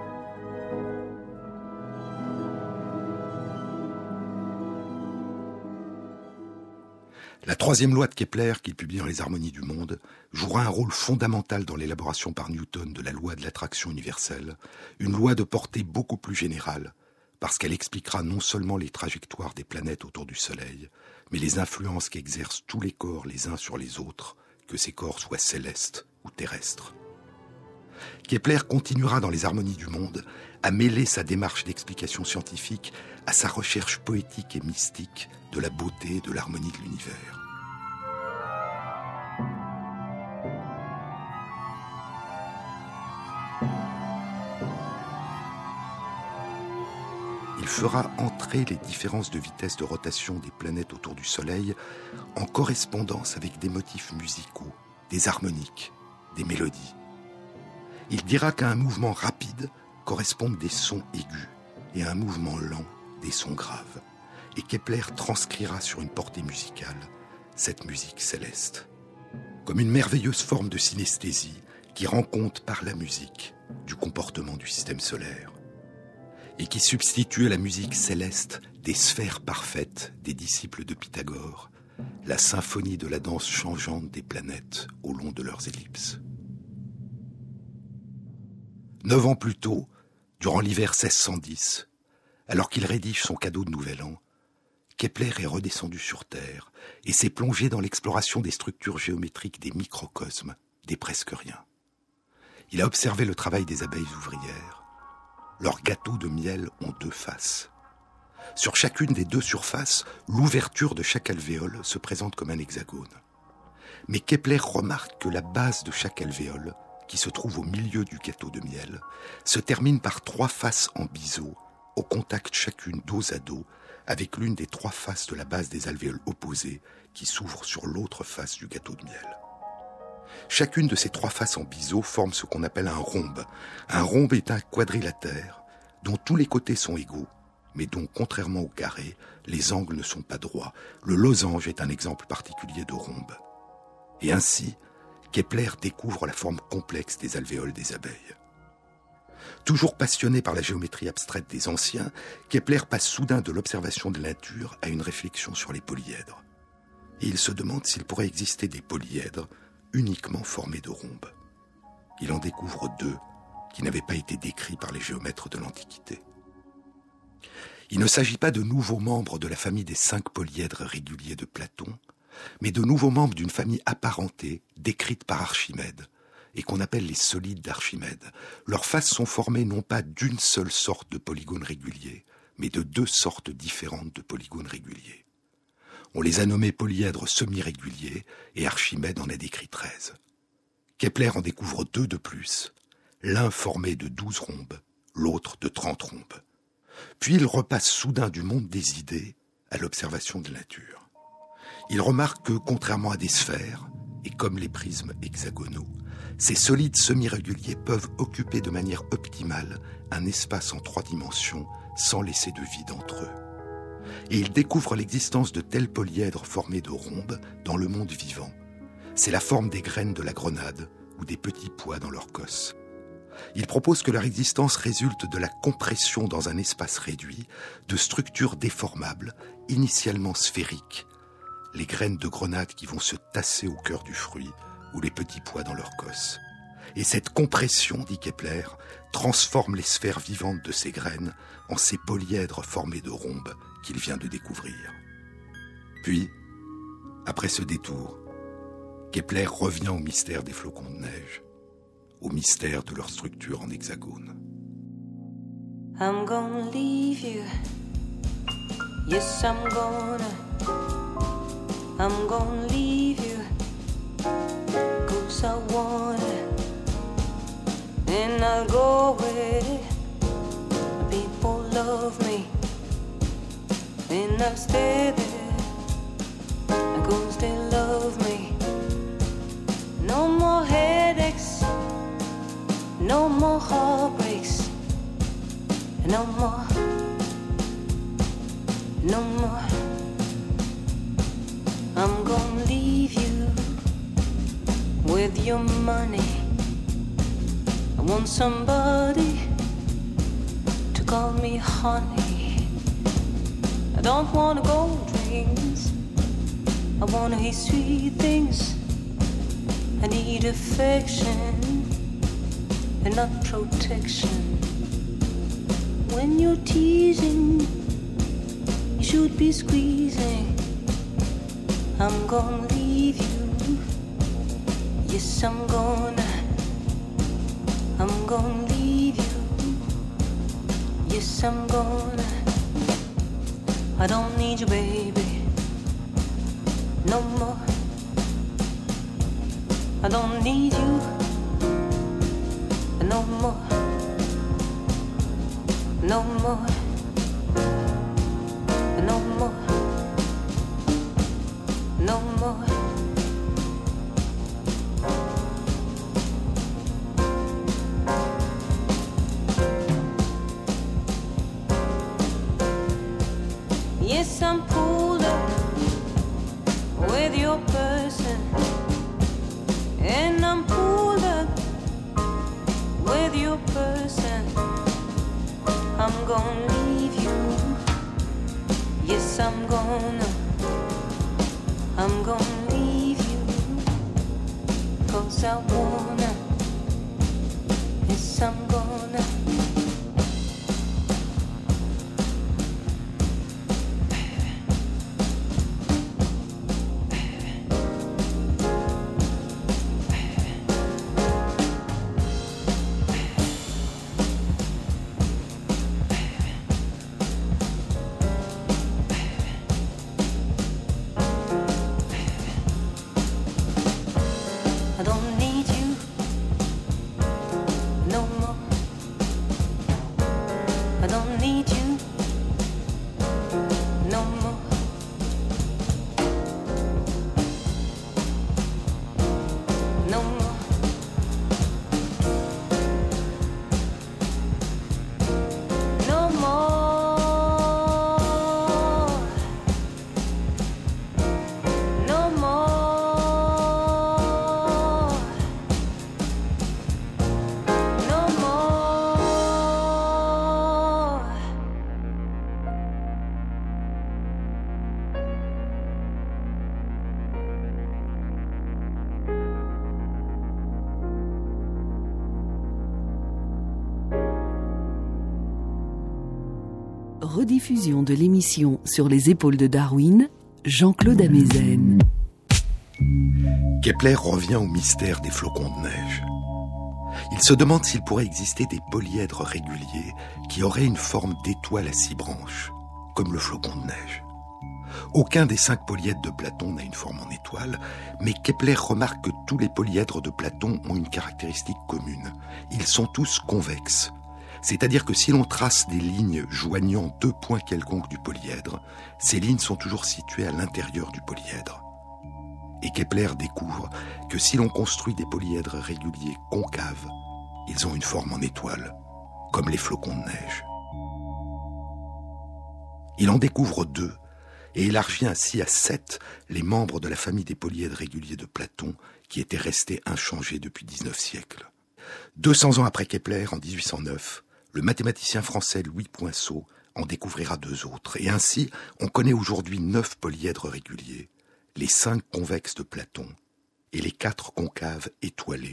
S2: La 3e loi de Kepler, qu'il publie dans les Harmonies du monde, jouera un rôle fondamental dans l'élaboration par Newton de la loi de l'attraction universelle, une loi de portée beaucoup plus générale, parce qu'elle expliquera non seulement les trajectoires des planètes autour du Soleil, mais les influences qu'exercent tous les corps les uns sur les autres, que ces corps soient célestes ou terrestres. Kepler continuera dans les Harmonies du monde à mêler sa démarche d'explication scientifique à sa recherche poétique et mystique de la beauté et de l'harmonie de l'univers. Il fera entrer les différences de vitesse de rotation des planètes autour du Soleil en correspondance avec des motifs musicaux, des harmoniques, des mélodies. Il dira qu'à un mouvement rapide correspondent des sons aigus et à un mouvement lent des sons graves. Et Kepler transcrira sur une portée musicale cette musique céleste, comme une merveilleuse forme de synesthésie qui rend compte par la musique du comportement du système solaire, et qui substitue à la musique céleste des sphères parfaites des disciples de Pythagore, la symphonie de la danse changeante des planètes au long de leurs ellipses. 9 ans plus tôt, durant l'hiver 1610, alors qu'il rédige son cadeau de Nouvel An, Kepler est redescendu sur Terre et s'est plongé dans l'exploration des structures géométriques des microcosmes, des presque rien. Il a observé le travail des abeilles ouvrières. Leurs gâteaux de miel ont 2 faces. Sur chacune des 2 surfaces, l'ouverture de chaque alvéole se présente comme un hexagone. Mais Kepler remarque que la base de chaque alvéole, qui se trouve au milieu du gâteau de miel, se termine par 3 faces en biseau, au contact chacune dos à dos, avec l'une des 3 faces de la base des alvéoles opposées qui s'ouvrent sur l'autre face du gâteau de miel. Chacune de ces 3 faces en biseau forme ce qu'on appelle un rhombe. Un rhombe est un quadrilatère dont tous les côtés sont égaux, mais dont, contrairement au carré, les angles ne sont pas droits. Le losange est un exemple particulier de rhombe. Et ainsi, Kepler découvre la forme complexe des alvéoles des abeilles. Toujours passionné par la géométrie abstraite des anciens, Kepler passe soudain de l'observation de la nature à une réflexion sur les polyèdres. Et il se demande s'il pourrait exister des polyèdres uniquement formés de rhombes. Il en découvre 2 qui n'avaient pas été décrits par les géomètres de l'Antiquité. Il ne s'agit pas de nouveaux membres de la famille des 5 polyèdres réguliers de Platon, mais de nouveaux membres d'une famille apparentée, décrite par Archimède, et qu'on appelle les solides d'Archimède. Leurs faces sont formées non pas d'une seule sorte de polygone régulier, mais de 2 sortes différentes de polygones réguliers. On les a nommés polyèdres semi-réguliers, et Archimède en a décrit 13. Kepler en découvre 2 de plus, l'un formé de 12 rhombes, l'autre de 30 rhombes. Puis il repasse soudain du monde des idées à l'observation de la nature. Il remarque que, contrairement à des sphères, et comme les prismes hexagonaux, ces solides semi-réguliers peuvent occuper de manière optimale un espace en 3 dimensions sans laisser de vide entre eux. Et il découvre l'existence de tels polyèdres formés de rhombes dans le monde vivant. C'est la forme des graines de la grenade ou des petits pois dans leur cosse. Il propose que leur existence résulte de la compression dans un espace réduit de structures déformables, initialement sphériques, les graines de grenade qui vont se tasser au cœur du fruit ou les petits pois dans leur cosse. Et cette compression, dit Kepler, transforme les sphères vivantes de ces graines en ces polyèdres formés de rhombes qu'il vient de découvrir. Puis, après ce détour, Kepler revient au mystère des flocons de neige, au mystère de leur structure en hexagone.
S5: I'm gonna leave you. Yes, I'm gonna leave you. 'Cause I wanna, and I'll go where people love me, and I'll stay there 'cause they love me. No more headaches, no more heartbreaks, no more, no more. I'm gonna leave you with your money. I want somebody to call me honey. I don't wanna gold rings, I wanna hear sweet things. I need affection and not protection. When you're teasing, you should be squeezing. I'm gonna leave you. Yes, I'm gonna leave you. Yes, I'm gonna. I don't need you, baby, no more. I don't need you no more, no more, no more, no more. Yes, I'm pulled up with your person, and I'm pulled up with your person. I'm gonna leave you. Yes, I'm gonna leave you. 'Cause I wanna. Yes, I'm gonna. I don't need you no more. I don't need you no more. No more. No more. No more. No more.
S1: Rediffusion de l'émission Sur les épaules de Darwin, Jean-Claude Amezen.
S2: Kepler revient au mystère des flocons de neige. Il se demande s'il pourrait exister des polyèdres réguliers qui auraient une forme d'étoile à 6 branches, comme le flocon de neige. Aucun des 5 polyèdres de Platon n'a une forme en étoile, mais Kepler remarque que tous les polyèdres de Platon ont une caractéristique commune. Ils sont tous convexes. C'est-à-dire que si l'on trace des lignes joignant 2 points quelconques du polyèdre, ces lignes sont toujours situées à l'intérieur du polyèdre. Et Kepler découvre que si l'on construit des polyèdres réguliers concaves, ils ont une forme en étoile, comme les flocons de neige. Il en découvre 2 et élargit ainsi à 7 les membres de la famille des polyèdres réguliers de Platon qui étaient restés inchangés depuis 19 siècles. 200 ans après Kepler, en 1809, le mathématicien français Louis Poinsot en découvrira 2 autres. Et ainsi, on connaît aujourd'hui 9 polyèdres réguliers, les 5 convexes de Platon et les 4 concaves étoilés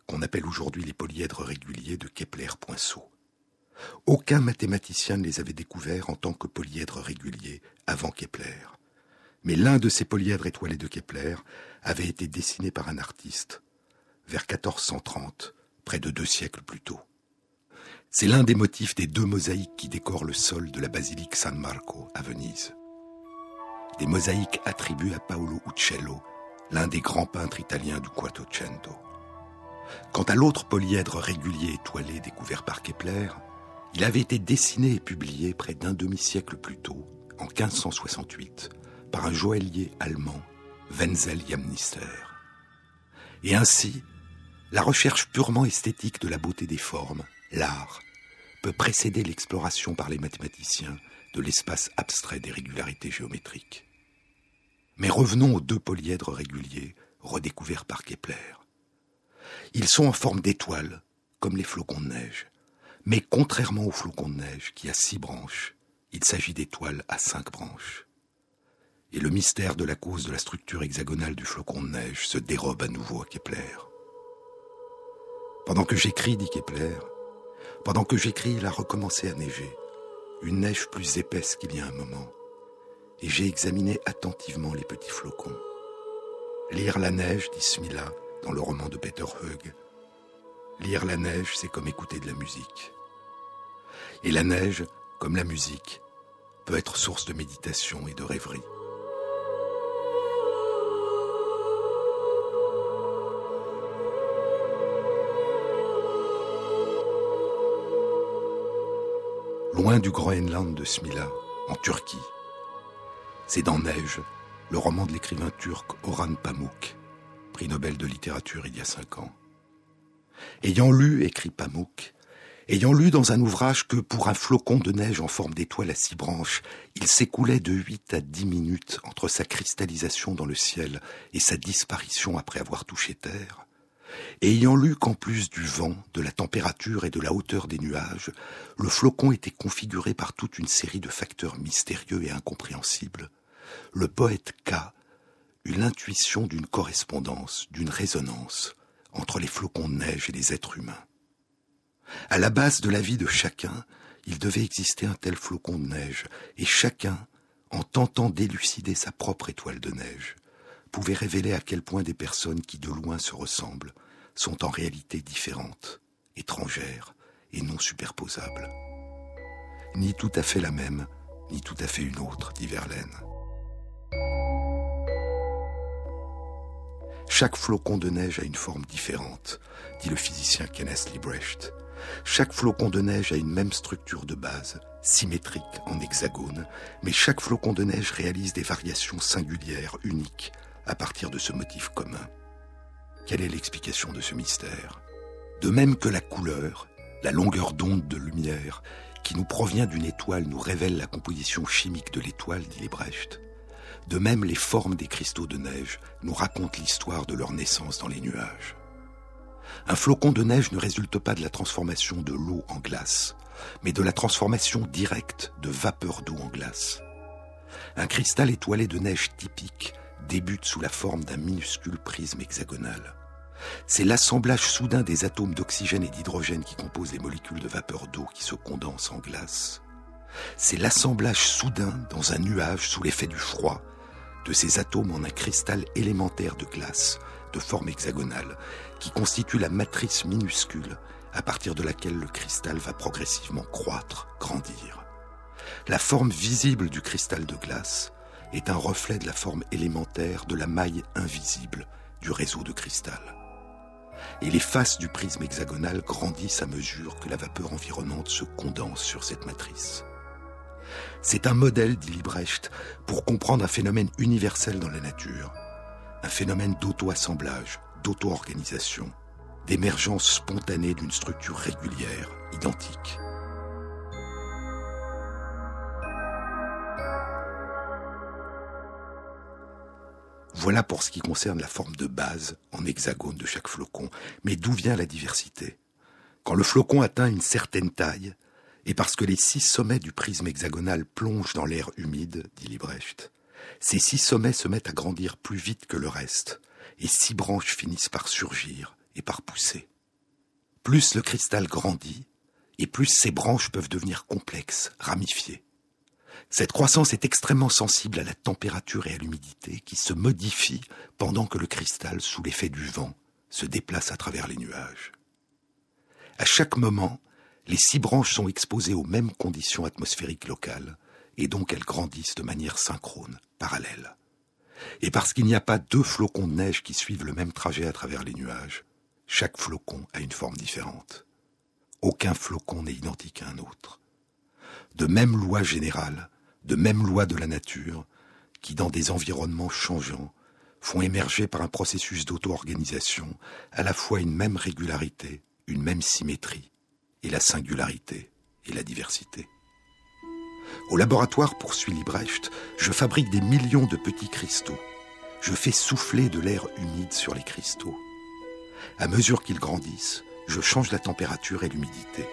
S2: qu'on appelle aujourd'hui les polyèdres réguliers de Kepler-Poinsot. Aucun mathématicien ne les avait découverts en tant que polyèdres réguliers avant Kepler. Mais l'un de ces polyèdres étoilés de Kepler avait été dessiné par un artiste, vers 1430, près de 2 siècles plus tôt. C'est l'un des motifs des 2 mosaïques qui décorent le sol de la basilique San Marco à Venise. Des mosaïques attribuées à Paolo Uccello, l'un des grands peintres italiens du Quattrocento. Quant à l'autre polyèdre régulier étoilé découvert par Kepler, il avait été dessiné et publié près d'un demi-siècle plus tôt, en 1568, par un joaillier allemand, Wenzel Jamnister. Et ainsi, la recherche purement esthétique de la beauté des formes, l'art, peut précéder l'exploration par les mathématiciens de l'espace abstrait des régularités géométriques. Mais revenons aux 2 polyèdres réguliers redécouverts par Kepler. Ils sont en forme d'étoiles, comme les flocons de neige. Mais contrairement aux flocons de neige qui a 6 branches, il s'agit d'étoiles à 5 branches. Et le mystère de la cause de la structure hexagonale du flocon de neige se dérobe à nouveau à Kepler. Pendant que j'écris, dit Kepler, pendant que j'écris, il a recommencé à neiger, une neige plus épaisse qu'il y a un moment, et j'ai examiné attentivement les petits flocons. Lire la neige, dit Smila, dans le roman de Peter Hoeg. Lire la neige, c'est comme écouter de la musique. Et la neige, comme la musique, peut être source de méditation et de rêverie. Loin du Groenland de Smila, en Turquie, c'est dans Neige, le roman de l'écrivain turc Orhan Pamuk, prix Nobel de littérature il y a 5 ans. Ayant lu, écrit Pamuk, ayant lu dans un ouvrage que pour un flocon de neige en forme d'étoile à 6 branches, il s'écoulait de 8 à 10 minutes entre sa cristallisation dans le ciel et sa disparition après avoir touché terre, et ayant lu qu'en plus du vent, de la température et de la hauteur des nuages, le flocon était configuré par toute une série de facteurs mystérieux et incompréhensibles, le poète K eut l'intuition d'une correspondance, d'une résonance entre les flocons de neige et les êtres humains. À la base de la vie de chacun, il devait exister un tel flocon de neige, et chacun, en tentant d'élucider sa propre étoile de neige, pouvait révéler à quel point des personnes qui de loin se ressemblent sont en réalité différentes, étrangères et non superposables. Ni tout à fait la même, ni tout à fait une autre, dit Verlaine. Chaque flocon de neige a une forme différente, dit le physicien Kenneth Liebrecht. Chaque flocon de neige a une même structure de base, symétrique en hexagone, mais chaque flocon de neige réalise des variations singulières, uniques, à partir de ce motif commun. Quelle est l'explication de ce mystère ? De même que la couleur, la longueur d'onde de lumière, qui nous provient d'une étoile nous révèle la composition chimique de l'étoile, dit Liebrecht, de même les formes des cristaux de neige nous racontent l'histoire de leur naissance dans les nuages. Un flocon de neige ne résulte pas de la transformation de l'eau en glace, mais de la transformation directe de vapeur d'eau en glace. Un cristal étoilé de neige typique débute sous la forme d'un minuscule prisme hexagonal. C'est l'assemblage soudain des atomes d'oxygène et d'hydrogène qui composent les molécules de vapeur d'eau qui se condensent en glace. C'est l'assemblage soudain dans un nuage sous l'effet du froid de ces atomes en un cristal élémentaire de glace de forme hexagonale qui constitue la matrice minuscule à partir de laquelle le cristal va progressivement croître, grandir. La forme visible du cristal de glace est un reflet de la forme élémentaire de la maille invisible du réseau de cristal. Et les faces du prisme hexagonal grandissent à mesure que la vapeur environnante se condense sur cette matrice. C'est un modèle, dit Liebrecht, pour comprendre un phénomène universel dans la nature, un phénomène d'auto-assemblage, d'auto-organisation, d'émergence spontanée d'une structure régulière, identique. Voilà pour ce qui concerne la forme de base en hexagone de chaque flocon. Mais d'où vient la diversité ? Quand le flocon atteint une certaine taille, et parce que les 6 sommets du prisme hexagonal plongent dans l'air humide, dit Liebrecht, ces 6 sommets se mettent à grandir plus vite que le reste, et 6 branches finissent par surgir et par pousser. plus le cristal grandit, et plus ses branches peuvent devenir complexes, ramifiées. Cette croissance est extrêmement sensible à la température et à l'humidité qui se modifient pendant que le cristal, sous l'effet du vent, se déplace à travers les nuages. À chaque moment, les 6 branches sont exposées aux mêmes conditions atmosphériques locales, et donc elles grandissent de manière synchrone, parallèle. Et parce qu'il n'y a pas 2 flocons de neige qui suivent le même trajet à travers les nuages, chaque flocon a une forme différente. Aucun flocon n'est identique à un autre. De mêmes lois générales, de mêmes lois de la nature, qui dans des environnements changeants, font émerger par un processus d'auto-organisation à la fois une même régularité, une même symétrie, et la singularité et la diversité. Au laboratoire, poursuit Liebrecht, je fabrique des millions de petits cristaux. Je fais souffler de l'air humide sur les cristaux. À mesure qu'ils grandissent, je change la température et l'humidité.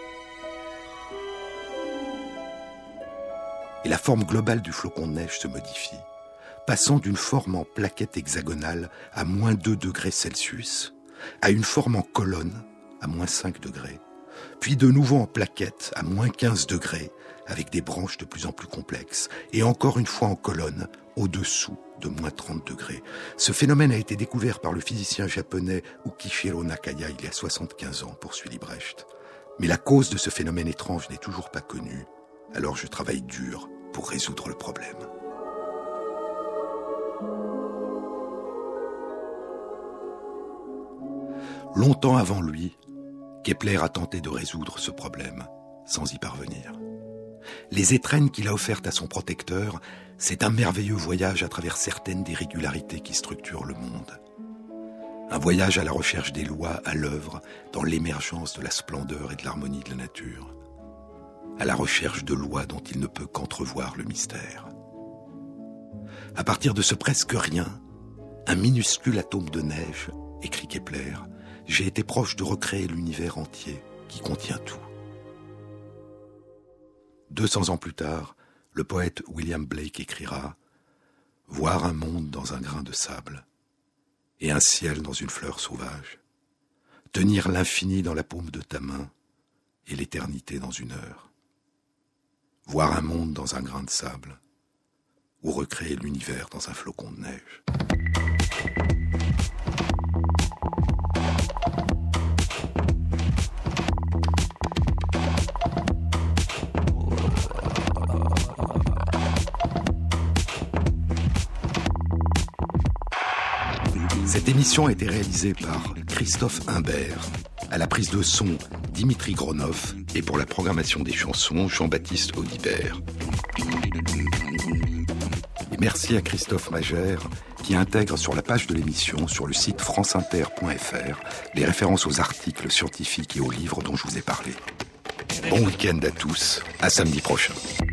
S2: Et la forme globale du flocon de neige se modifie, passant d'une forme en plaquette hexagonale à moins 2 degrés Celsius, à une forme en colonne à moins 5 degrés, puis de nouveau en plaquette à moins 15 degrés, avec des branches de plus en plus complexes, et encore une fois en colonne, au-dessous de moins 30 degrés. Ce phénomène a été découvert par le physicien japonais Ukishiro Nakaya il y a 75 ans, poursuit Liebrecht. Mais la cause de ce phénomène étrange n'est toujours pas connue, alors je travaille dur pour résoudre le problème. Longtemps avant lui, Kepler a tenté de résoudre ce problème, sans y parvenir. Les étrennes qu'il a offertes à son protecteur, c'est un merveilleux voyage à travers certaines des régularités qui structurent le monde. Un voyage à la recherche des lois à l'œuvre dans l'émergence de la splendeur et de l'harmonie de la nature. À la recherche de lois dont il ne peut qu'entrevoir le mystère. À partir de ce presque rien, un minuscule atome de neige, écrit Kepler, j'ai été proche de recréer l'univers entier qui contient tout. 200 ans plus tard, le poète William Blake écrira « Voir un monde dans un grain de sable, et un ciel dans une fleur sauvage, tenir l'infini dans la paume de ta main, et l'éternité dans une heure. Voir un monde dans un grain de sable, ou recréer l'univers dans un flocon de neige. » Cette émission a été réalisée par Christophe Imbert, à la prise de son Dimitri Gronov et pour la programmation des chansons Jean-Baptiste Audibert. Et merci à Christophe Magère qui intègre sur la page de l'émission sur le site franceinter.fr les références aux articles scientifiques et aux livres dont je vous ai parlé. Bon week-end à tous, à samedi prochain.